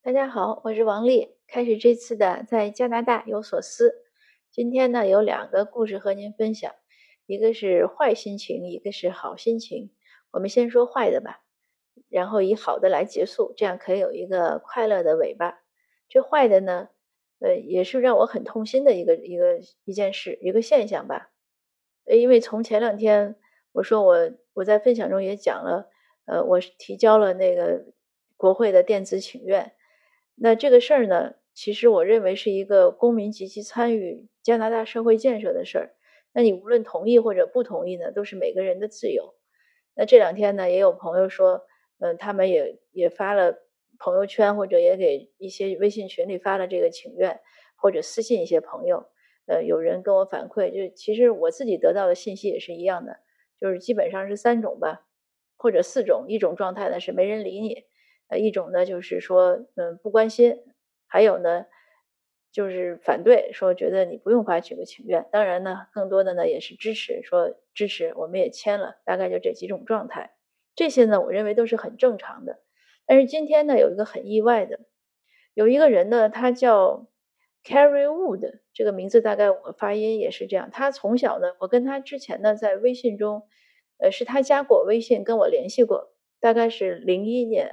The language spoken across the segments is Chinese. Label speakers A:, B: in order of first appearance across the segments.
A: 大家好，我是王丽。开始这次的在加拿大有所思。今天呢，有2个故事和您分享，一个是坏心情，一个是好心情。我们先说坏的吧，然后以好的来结束，这样可以有一个快乐的尾巴。这坏的呢，也是让我很痛心的一件事，一个现象吧。因为从前2天，我说我在分享中也讲了，我是提交了那个国会的电子请愿。那这个事儿呢，其实我认为是一个公民积极参与加拿大社会建设的事儿。那你无论同意或者不同意呢，都是每个人的自由。那这2天呢，也有朋友说，他们也发了朋友圈，或者也给一些微信群里发了这个请愿，或者私信一些朋友。有人跟我反馈，就其实我自己得到的信息也是一样的，就是基本上是3种吧，或者4种。一种状态呢是没人理你，一种呢就是说不关心，还有呢就是反对，说觉得你不用发这个请愿。当然呢，更多的呢也是支持，说支持我们也签了，大概就这几种状态。这些呢我认为都是很正常的。但是今天呢有一个很意外的，有一个人呢，他叫 Carrie Wood， 这个名字大概我发音也是这样。他从小呢，我跟他之前呢在微信中，是他加过我微信跟我联系过，大概是01年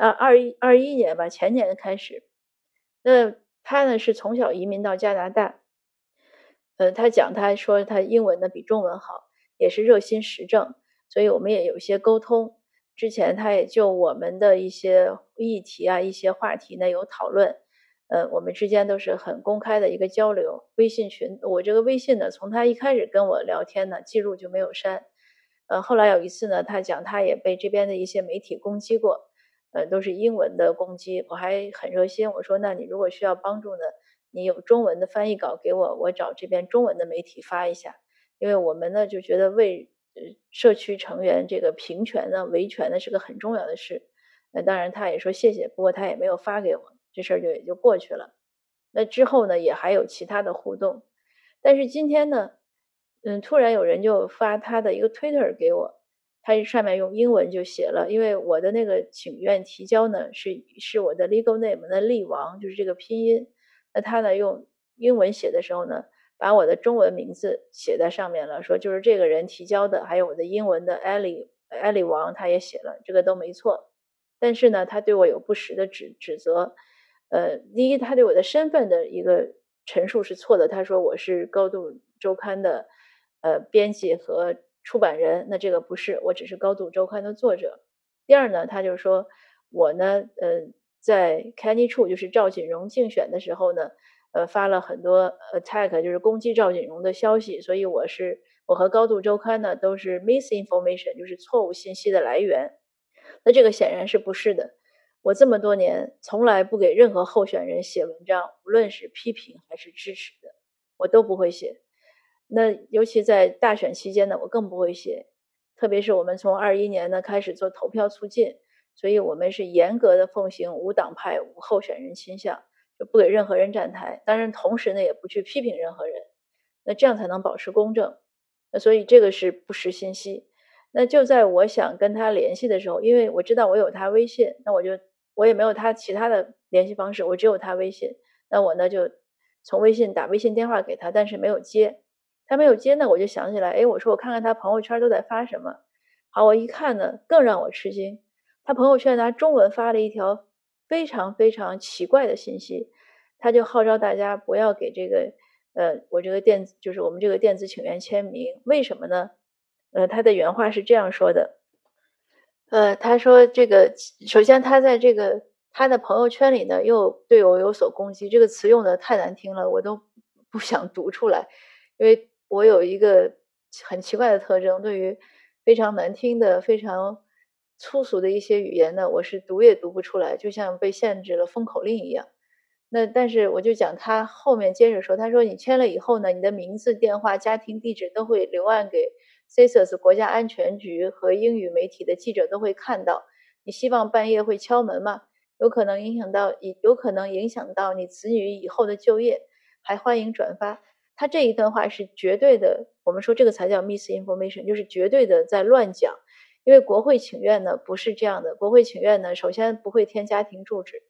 A: 21年吧，前年开始。那他呢是从小移民到加拿大，他说他英文呢比中文好，也是热心时政，所以我们也有一些沟通。之前他也就我们的一些议题啊、一些话题呢有讨论，我们之间都是很公开的一个交流。微信群，我这个微信呢，从他一开始跟我聊天呢，记录就没有删。后来有一次呢，他讲他也被这边的一些媒体攻击过，都是英文的攻击。我还很热心，我说那你如果需要帮助呢，你有中文的翻译稿给我，我找这边中文的媒体发一下。因为我们呢就觉得为社区成员这个平权呢、维权呢是个很重要的事。当然他也说谢谢，不过他也没有发给我，这事儿也就过去了。那之后呢，也还有其他的互动。但是今天呢，突然有人就发他的一个 Twitter 给我，他上面用英文就写了，因为我的那个请愿提交呢是我的 legal name 的力王，就是这个拼音。那他呢用英文写的时候呢，把我的中文名字写在上面了，说就是这个人提交的，还有我的英文的 Ellie 王他也写了，这个都没错。但是呢，他对我有不实的指责。第一，他对我的身份的一个陈述是错的。他说我是高度周刊的编辑和出版人，那这个不是，我只是高度周刊的作者。第二呢，他就说我呢，在 Canny True 就是赵锦荣竞选的时候呢，发了很多 attack， 就是攻击赵锦荣的消息，所以我和高度周刊呢都是 misinformation， 就是错误信息的来源。那这个显然是不是的。我这么多年从来不给任何候选人写文章，无论是批评还是支持的，我都不会写。那尤其在大选期间呢，我更不会写。特别是我们从21年呢开始做投票促进，所以我们是严格的奉行无党派、无候选人倾向，就不给任何人站台。当然，同时呢也不去批评任何人，那这样才能保持公正。那所以这个是不实信息。那就在我想跟他联系的时候，因为我知道我有他微信，那我也没有他其他的联系方式，我只有他微信。那我呢就从微信打微信电话给他，但是没有接。他没有接呢，我就想起来，我说我看看他朋友圈都在发什么。好，我一看呢，更让我吃惊。他朋友圈拿中文发了一条非常非常奇怪的信息，他就号召大家不要给这个我这个就是我们这个电子请愿签名。为什么呢？他的原话是这样说的。他说这个，首先他在他的朋友圈里呢，又对我有所攻击，这个词用的太难听了，我都不想读出来。因为我有一个很奇怪的特征，对于非常难听的、非常粗俗的一些语言呢，我是读也读不出来，就像被限制了封口令一样。但是我就讲他后面接着说，他说你签了以后呢，你的名字、电话、家庭地址都会留案给 CSIS 国家安全局和英语媒体的记者都会看到。你希望半夜会敲门吗？有可能影响到你子女以后的就业，还欢迎转发。他这一段话是绝对的，我们说这个才叫 misinformation， 就是绝对的在乱讲。因为国会请愿呢不是这样的，国会请愿呢首先不会填家庭住址，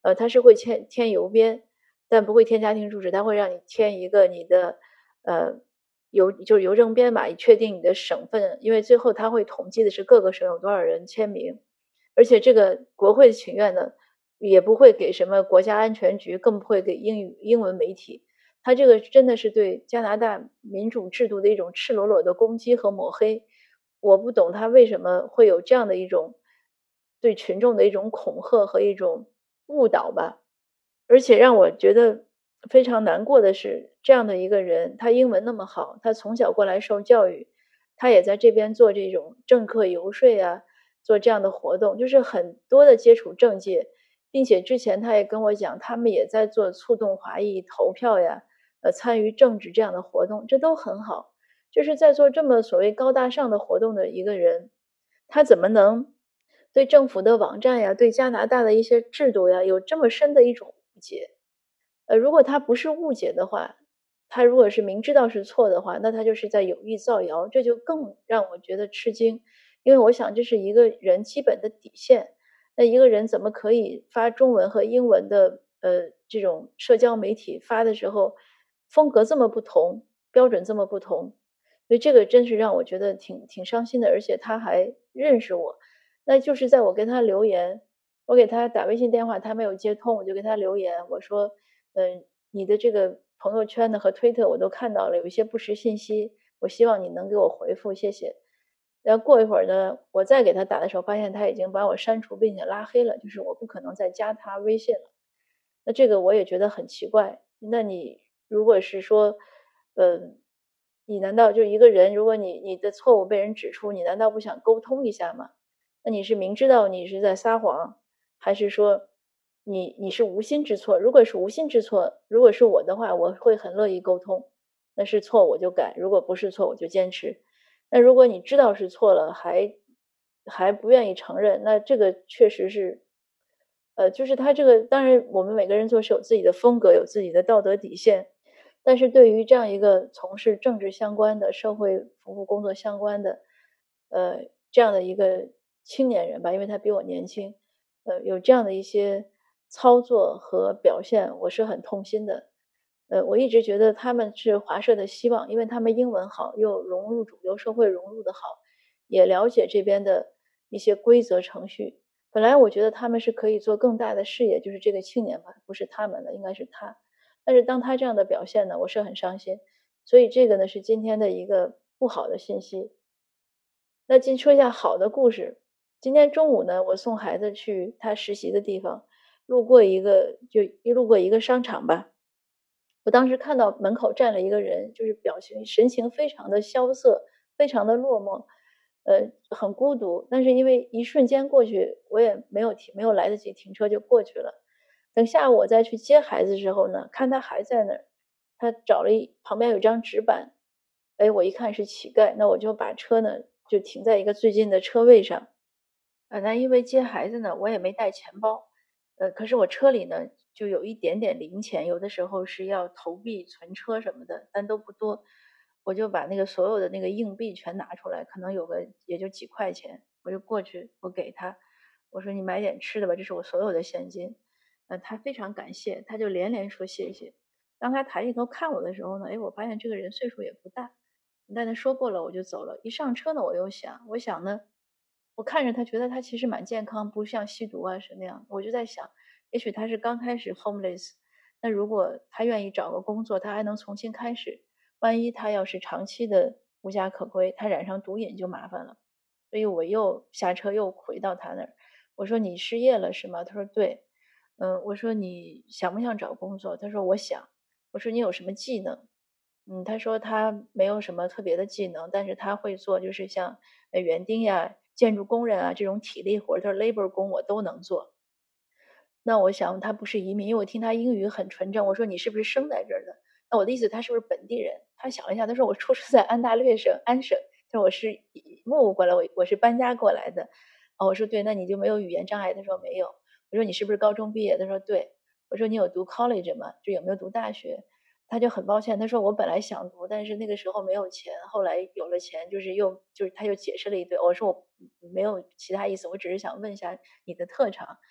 A: 它是会填邮编，但不会填家庭住址，它会让你填一个你的就是邮政编码，以确定你的省份，因为最后它会统计的是各个省有多少人签名，而且这个国会请愿呢，也不会给什么国家安全局，更不会给英文媒体。它这个真的是对加拿大民主制度的一种赤裸裸的攻击和抹黑。我不懂他为什么会有这样的一种对群众的一种恐吓和一种误导吧。而且让我觉得非常难过的是，这样的一个人，他英文那么好，他从小过来受教育，他也在这边做这种政客游说啊，做这样的活动，就是很多的接触政界，并且之前他也跟我讲，他们也在做促动华裔投票呀，参与政治这样的活动，这都很好。就是在做这么所谓高大上的活动的一个人，他怎么能对政府的网站呀，对加拿大的一些制度呀，有这么深的一种误解？如果他不是误解的话，他如果是明知道是错的话，那他就是在有意造谣，这就更让我觉得吃惊。因为我想这是一个人基本的底线。那一个人怎么可以发中文和英文的这种社交媒体发的时候，风格这么不同，标准这么不同？所以这个真是让我觉得挺伤心的，而且他还认识我。那就是在我跟他留言，我给他打微信电话，他没有接通，我就给他留言，我说你的这个朋友圈呢和推特我都看到了，有一些不实信息，我希望你能给我回复，谢谢。然后过一会儿呢，我再给他打的时候，发现他已经把我删除并且拉黑了，就是我不可能再加他微信了。那这个我也觉得很奇怪。那你如果是说，你难道就一个人，如果你的错误被人指出，你难道不想沟通一下吗？那你是明知道你是在撒谎，还是说你是无心之错？如果是无心之错，如果是我的话，我会很乐意沟通。那是错我就改，如果不是错我就坚持。那如果你知道是错了，还不愿意承认，那这个确实是，就是他这个，当然我们每个人做事有自己的风格，有自己的道德底线，但是对于这样一个从事政治相关的、社会服务工作相关的，这样的一个青年人吧，因为他比我年轻，有这样的一些操作和表现，我是很痛心的。我一直觉得他们是华社的希望，因为他们英文好，又融入主流社会融入的好，也了解这边的一些规则程序。本来我觉得他们是可以做更大的事业，就是这个青年吧，不是他们的，应该是他。但是当他这样的表现呢，我是很伤心。所以这个呢是今天的一个不好的信息。那说一下好的故事。今天中午呢，我送孩子去他实习的地方，路过一个商场吧。我当时看到门口站了一个人，就是神情非常的萧瑟，非常的落寞，很孤独。但是因为一瞬间过去，我也没有来得及停车就过去了。等下午我再去接孩子的时候呢，看他还在那儿，他旁边有张纸板，哎，我一看是乞丐，那我就把车呢就停在一个最近的车位上。那因为接孩子呢，我也没带钱包，可是我车里呢就有一点点零钱，有的时候是要投币存车什么的，但都不多。我就把那个所有的那个硬币全拿出来，可能也就几块钱，我就过去，我给他，我说你买点吃的吧，这是我所有的现金。他非常感谢，他就连连说谢谢。当他抬起头看我的时候呢，哎，我发现这个人岁数也不大，但他说过了我就走了。一上车呢，我想呢。我看着他，觉得他其实蛮健康，不像吸毒啊是那样。我就在想，也许他是刚开始 homeless，那如果他愿意找个工作，他还能重新开始。万一他要是长期的无家可归，他染上毒瘾就麻烦了。所以我又下车又回到他那儿，我说你失业了是吗？他说对。我说你想不想找工作？他说我想。我说你有什么技能？他说他没有什么特别的技能，但是他会做，就是像园丁呀、建筑工人啊这种体力活，他说 labor 工我都能做。那我想他不是移民，因为我听他英语很纯正。我说你是不是生在这儿的？那我的意思他是不是本地人？他想了一下，他说我出生在安大略省安省，他说我是木过来，我是搬家过来的。我说对，那你就没有语言障碍？他说没有。我说你是不是高中毕业？他说对。我说你有读 college 吗？就有没有读大学？他就很抱歉，他说我本来想读，但是那个时候没有钱，后来有了钱，就是他又解释了一堆。我说我没有其他意思，我只是想问一下你的特长。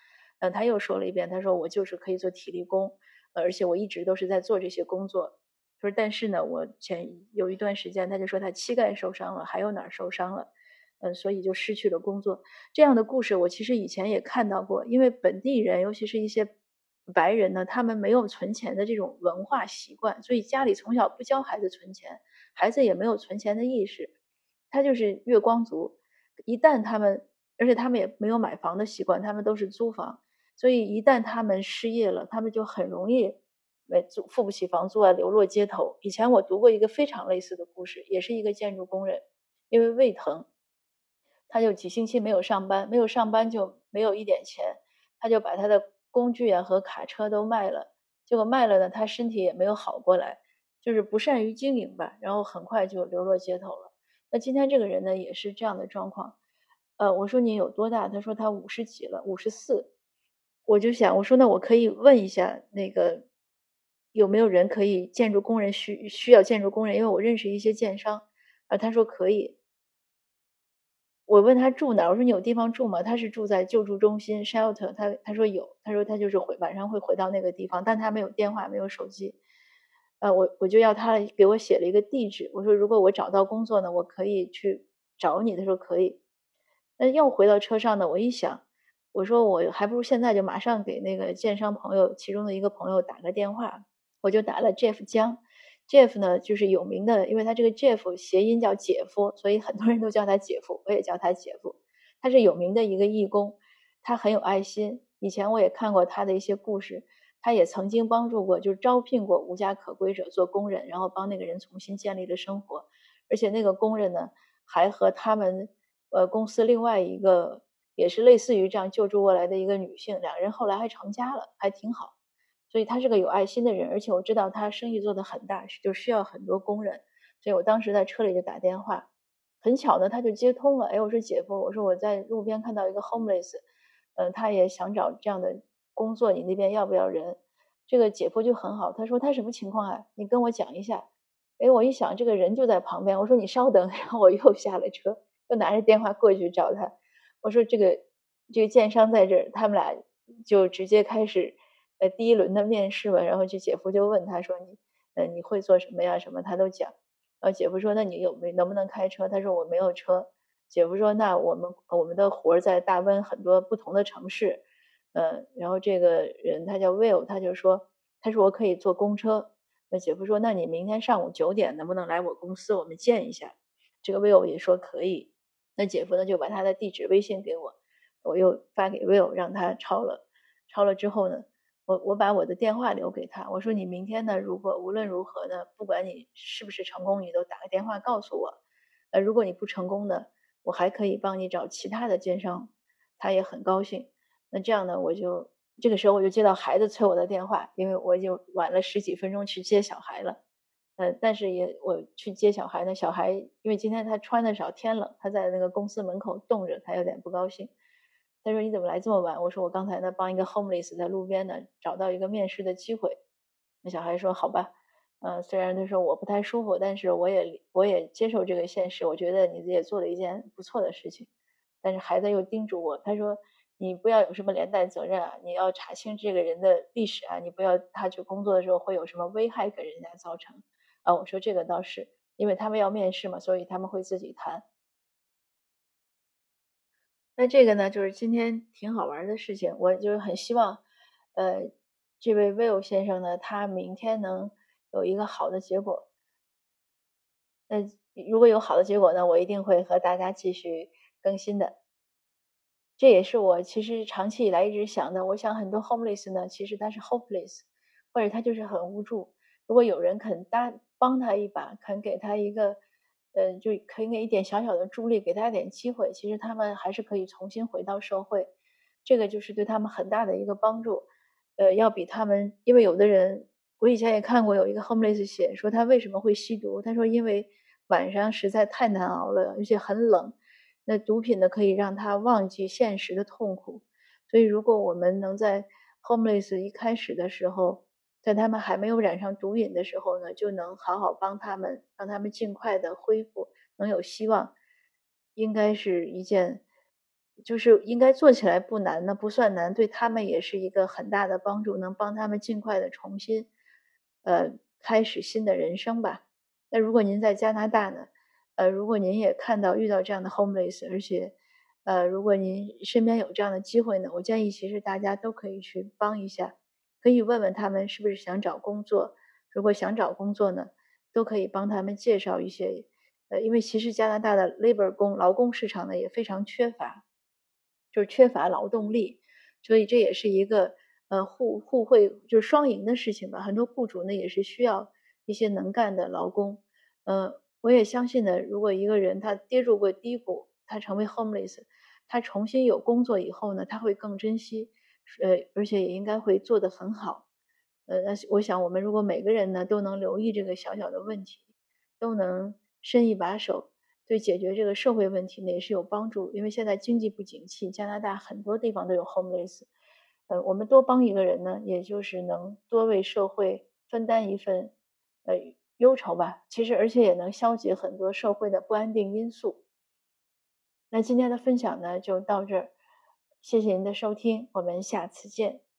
A: 他又说了一遍，他说我就是可以做体力工，而且我一直都是在做这些工作。说但是呢，我有一段时间，他就说他膝盖受伤了，还有哪儿受伤了，所以就失去了工作。这样的故事我其实以前也看到过，因为本地人，尤其是一些白人呢，他们没有存钱的这种文化习惯，所以家里从小不教孩子存钱，孩子也没有存钱的意识，他就是月光族。一旦他们，而且他们也没有买房的习惯，他们都是租房，所以一旦他们失业了，他们就很容易付不起房租啊，流落街头。以前我读过一个非常类似的故事，也是一个建筑工人，因为胃疼，他就几星期没有上班，没有上班就没有一点钱，他就把他的工具啊和卡车都卖了，结果卖了呢，他身体也没有好过来，就是不善于经营吧，然后很快就流落街头了。那今天这个人呢，也是这样的状况。我说你有多大？他说他50几了54。我就想，我说那我可以问一下那个有没有人可以建筑工人需要建筑工人，因为我认识一些建商。他说可以。我问他住哪儿，我说你有地方住吗？他是住在救助中心 shelter，他说有，他说他就是晚上会回到那个地方，但他没有电话，没有手机。我就要他给我写了一个地址，我说如果我找到工作呢，我可以去找你。他说可以。那又回到车上呢，我一想，我说我还不如现在就马上给那个建商朋友其中的一个朋友打个电话。我就打了 Jeff 江。Jeff 呢就是有名的，因为他这个 Jeff 谐音叫姐夫，所以很多人都叫他姐夫，我也叫他姐夫。他是有名的一个义工，他很有爱心。以前我也看过他的一些故事，他也曾经帮助过，就是招聘过无家可归者做工人，然后帮那个人重新建立了生活。而且那个工人呢，还和他们公司另外一个也是类似于这样救助过来的一个女性，两个人后来还成家了，还挺好。所以他是个有爱心的人，而且我知道他生意做得很大，就需要很多工人。所以我当时在车里就打电话，很巧呢，他就接通了。哎，我说姐夫，我说我在路边看到一个 homeless，他也想找这样的工作，你那边要不要人？这个姐夫就很好，他说他什么情况啊？你跟我讲一下。哎，我一想这个人就在旁边，我说你稍等，然后我又下了车，又拿着电话过去找他。我说这个建商在这儿，他们俩就直接开始第一轮的面试嘛。然后这姐夫就问他说你会做什么呀？什么他都讲。然后姐夫说那你能不能开车？他说我没有车。姐夫说那我们的活在大温很多不同的城市。然后这个人他叫 Will，他说我可以坐公车。那姐夫说那你明天上午9点能不能来我公司我们见一下？这个 Will 也说可以。那姐夫呢就把他的地址微信给我，我又发给 Will 让他抄了。抄了之后呢，我把我的电话留给他，我说你明天呢，如果无论如何呢，不管你是不是成功，你都打个电话告诉我。如果你不成功呢，我还可以帮你找其他的奸商。他也很高兴。那这样呢，这个时候我就接到孩子催我的电话，因为我就晚了10几分钟去接小孩了。但是我去接小孩呢，小孩因为今天他穿的少，天冷，他在那个公司门口冻着，他有点不高兴。他说你怎么来这么晚？我说我刚才呢帮一个 homeless 在路边呢找到一个面试的机会。那小孩说好吧。虽然他说我不太舒服，但是我也接受这个现实，我觉得你也做了一件不错的事情。但是孩子又叮嘱我，他说你不要有什么连带责任啊，你要查清这个人的历史啊，你不要他去工作的时候会有什么危害给人家造成。我说这个倒是，因为他们要面试嘛，所以他们会自己谈。那这个呢，就是今天挺好玩的事情，我就是很希望，这位 Will 先生呢，他明天能有一个好的结果。那如果有好的结果呢，我一定会和大家继续更新的。这也是我其实长期以来一直想的。我想很多 homeless 呢，其实他是 hopeless，或者他就是很无助。如果有人肯帮他一把，肯给他一个，就可以给一点小小的助力，给他一点机会，其实他们还是可以重新回到社会。这个就是对他们很大的一个帮助。要比他们，因为有的人，我以前也看过有一个 homeless 写说他为什么会吸毒，他说因为晚上实在太难熬了，而且很冷。那毒品呢，可以让他忘记现实的痛苦。所以如果我们能在 homeless 一开始的时候，在他们还没有染上毒瘾的时候呢，就能好好帮他们，让他们尽快的恢复，能有希望，应该是一件就是应该做起来不难呢，不算难，对他们也是一个很大的帮助，能帮他们尽快的重新开始新的人生吧。那如果您在加拿大呢，如果您也遇到这样的 homeless， 而且如果您身边有这样的机会呢，我建议其实大家都可以去帮一下，可以问问他们是不是想找工作，如果想找工作呢，都可以帮他们介绍一些，因为其实加拿大的劳工市场呢也非常缺乏，就是缺乏劳动力，所以这也是一个互惠就是双赢的事情吧。很多雇主呢也是需要一些能干的劳工，我也相信呢，如果一个人他跌入过低谷，他成为 homeless， 他重新有工作以后呢，他会更珍惜，而且也应该会做得很好。那我想我们如果每个人呢都能留意这个小小的问题，都能伸一把手，对解决这个社会问题呢也是有帮助。因为现在经济不景气，加拿大很多地方都有 homeless，我们多帮一个人呢，也就是能多为社会分担一份忧愁吧。其实而且也能消解很多社会的不安定因素。那今天的分享呢就到这儿，谢谢您的收听，我们下次见。